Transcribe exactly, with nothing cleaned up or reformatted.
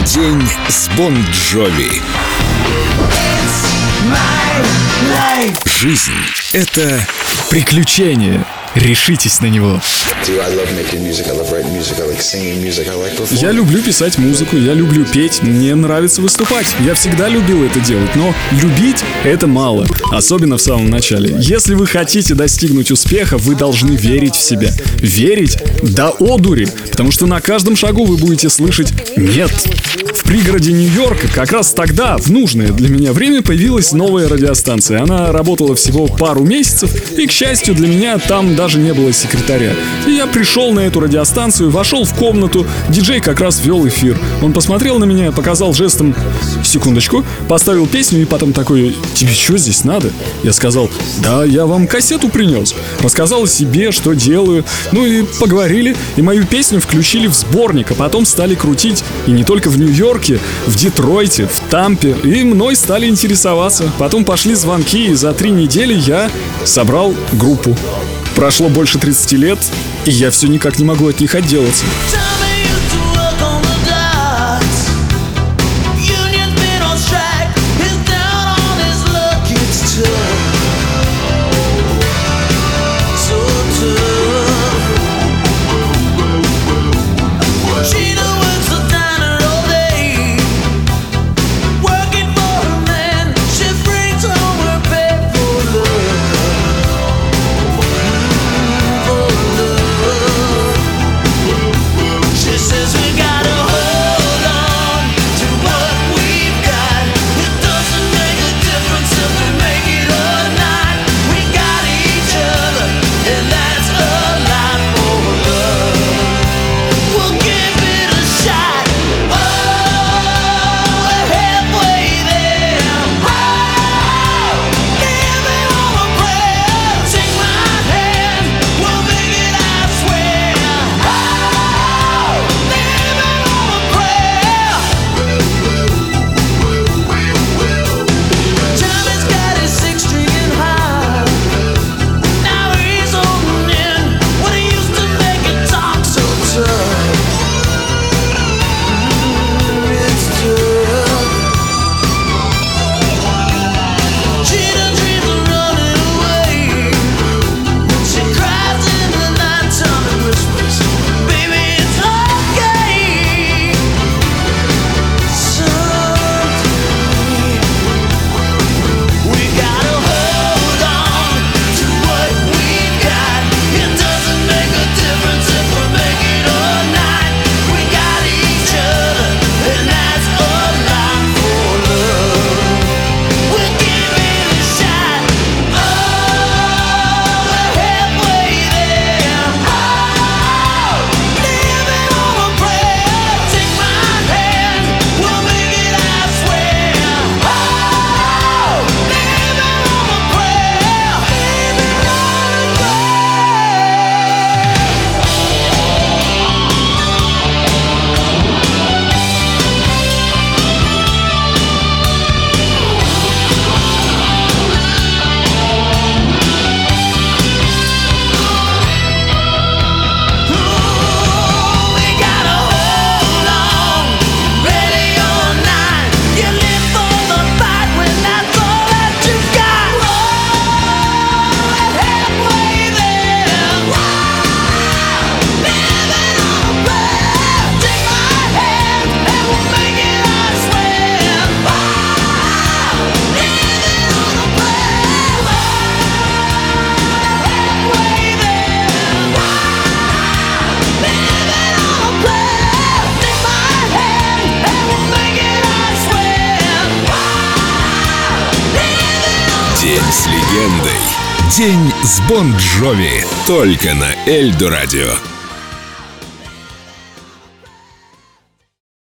День с Бон Джови. Жизнь — это приключение. Решитесь на него. Я люблю писать музыку, я люблю петь, мне нравится выступать. Я всегда любил это делать, но любить — это мало, особенно в самом начале. Если вы хотите достигнуть успеха, вы должны верить в себя. Верить до одури, потому что на каждом шагу вы будете слышать «нет». В пригороде Нью-Йорка как раз тогда, в нужное для меня время, появилась новая радиостанция. Она работала всего пару месяцев, и, к счастью для меня, там даже не было секретаря. И я пришел на эту радиостанцию, вошел в комнату, диджей как раз вел эфир. Он посмотрел на меня, показал жестом «секундочку», поставил песню и потом такой: «Тебе что здесь надо?» Я сказал: «Да, я вам кассету принес». Рассказал о себе, что делаю. Ну и поговорили, и мою песню включили в сборник, а потом стали крутить и не только в Нью-Йорке, в Детройте, в Тампе, и мной стали интересоваться. Потом пошли звонки, и за три недели я собрал группу. Прошло больше тридцати лет, и я все никак не могу от них отделаться. День с легендой. День с Бон Джови. Только на Эльдо радио.